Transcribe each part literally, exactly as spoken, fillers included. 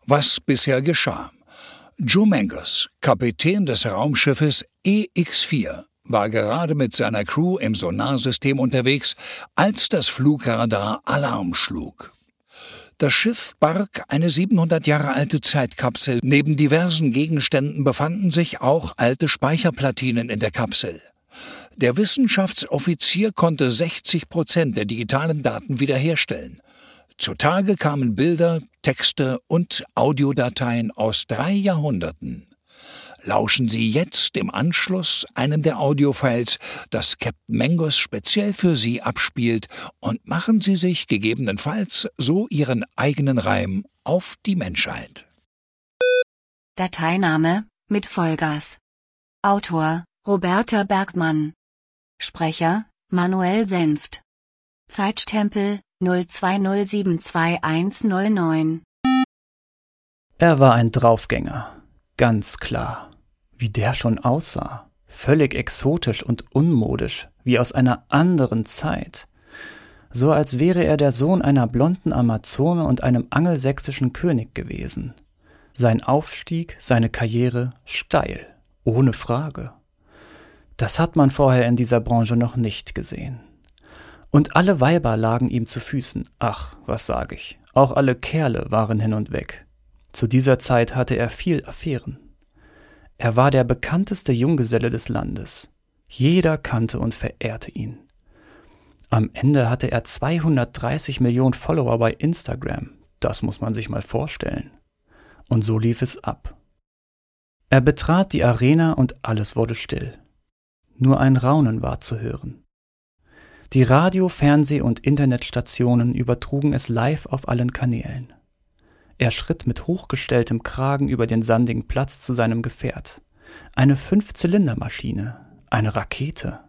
Was bisher geschah. Joe Mangos, Kapitän des Raumschiffes E X vier, war gerade mit seiner Crew im Sonarsystem unterwegs, als das Flugradar Alarm schlug. Das Schiff barg eine siebenhundert Jahre alte Zeitkapsel. Neben diversen Gegenständen befanden sich auch alte Speicherplatinen in der Kapsel. Der Wissenschaftsoffizier konnte sechzig Prozent der digitalen Daten wiederherstellen. Zutage kamen Bilder, Texte und Audiodateien aus drei Jahrhunderten. Lauschen Sie jetzt im Anschluss einem der Audiofiles, das Captain Mangos speziell für Sie abspielt, und machen Sie sich gegebenenfalls so Ihren eigenen Reim auf die Menschheit. Dateiname mit Vollgas. Autor Roberta Bergmann. Sprecher Manuel Senft. Zeitstempel null zwei null sieben zwei eins null neun. Er war ein Draufgänger, ganz klar. Wie der schon aussah, völlig exotisch und unmodisch, wie aus einer anderen Zeit. So als wäre er der Sohn einer blonden Amazone und einem angelsächsischen König gewesen. Sein Aufstieg, seine Karriere steil, ohne Frage. Das hat man vorher in dieser Branche noch nicht gesehen. Und alle Weiber lagen ihm zu Füßen. Ach, was sag ich, auch alle Kerle waren hin und weg. Zu dieser Zeit hatte er viel Affären. Er war der bekannteste Junggeselle des Landes. Jeder kannte und verehrte ihn. Am Ende hatte er zweihundertdreißig Millionen Follower bei Instagram. Das muss man sich mal vorstellen. Und so lief es ab. Er betrat die Arena und alles wurde still. Nur ein Raunen war zu hören. Die Radio-, Fernseh- und Internetstationen übertrugen es live auf allen Kanälen. Er schritt mit hochgestelltem Kragen über den sandigen Platz zu seinem Gefährt. Eine Fünfzylindermaschine, eine Rakete.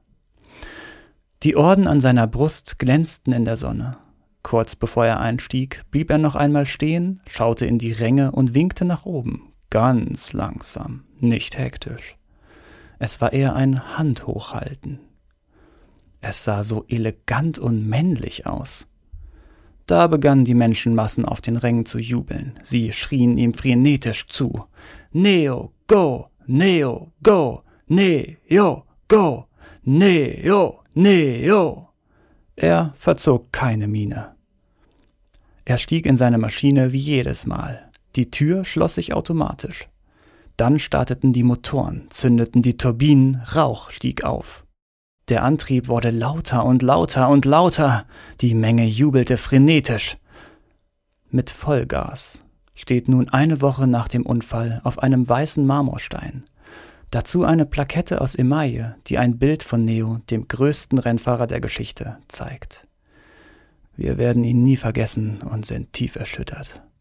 Die Orden an seiner Brust glänzten in der Sonne. Kurz bevor er einstieg, blieb er noch einmal stehen, schaute in die Ränge und winkte nach oben. Ganz langsam, nicht hektisch. Es war eher ein Handhochhalten. Es sah so elegant und männlich aus. Da begannen die Menschenmassen auf den Rängen zu jubeln. Sie schrien ihm frenetisch zu. Neo, go! Neo, go! Neo, go! Neo, Neo! Er verzog keine Miene. Er stieg in seine Maschine wie jedes Mal. Die Tür schloss sich automatisch. Dann starteten die Motoren, zündeten die Turbinen, Rauch stieg auf. Der Antrieb wurde lauter und lauter und lauter. Die Menge jubelte frenetisch. Mit Vollgas steht nun eine Woche nach dem Unfall auf einem weißen Marmorstein. Dazu eine Plakette aus Emaille, die ein Bild von Neo, dem größten Rennfahrer der Geschichte, zeigt. Wir werden ihn nie vergessen und sind tief erschüttert.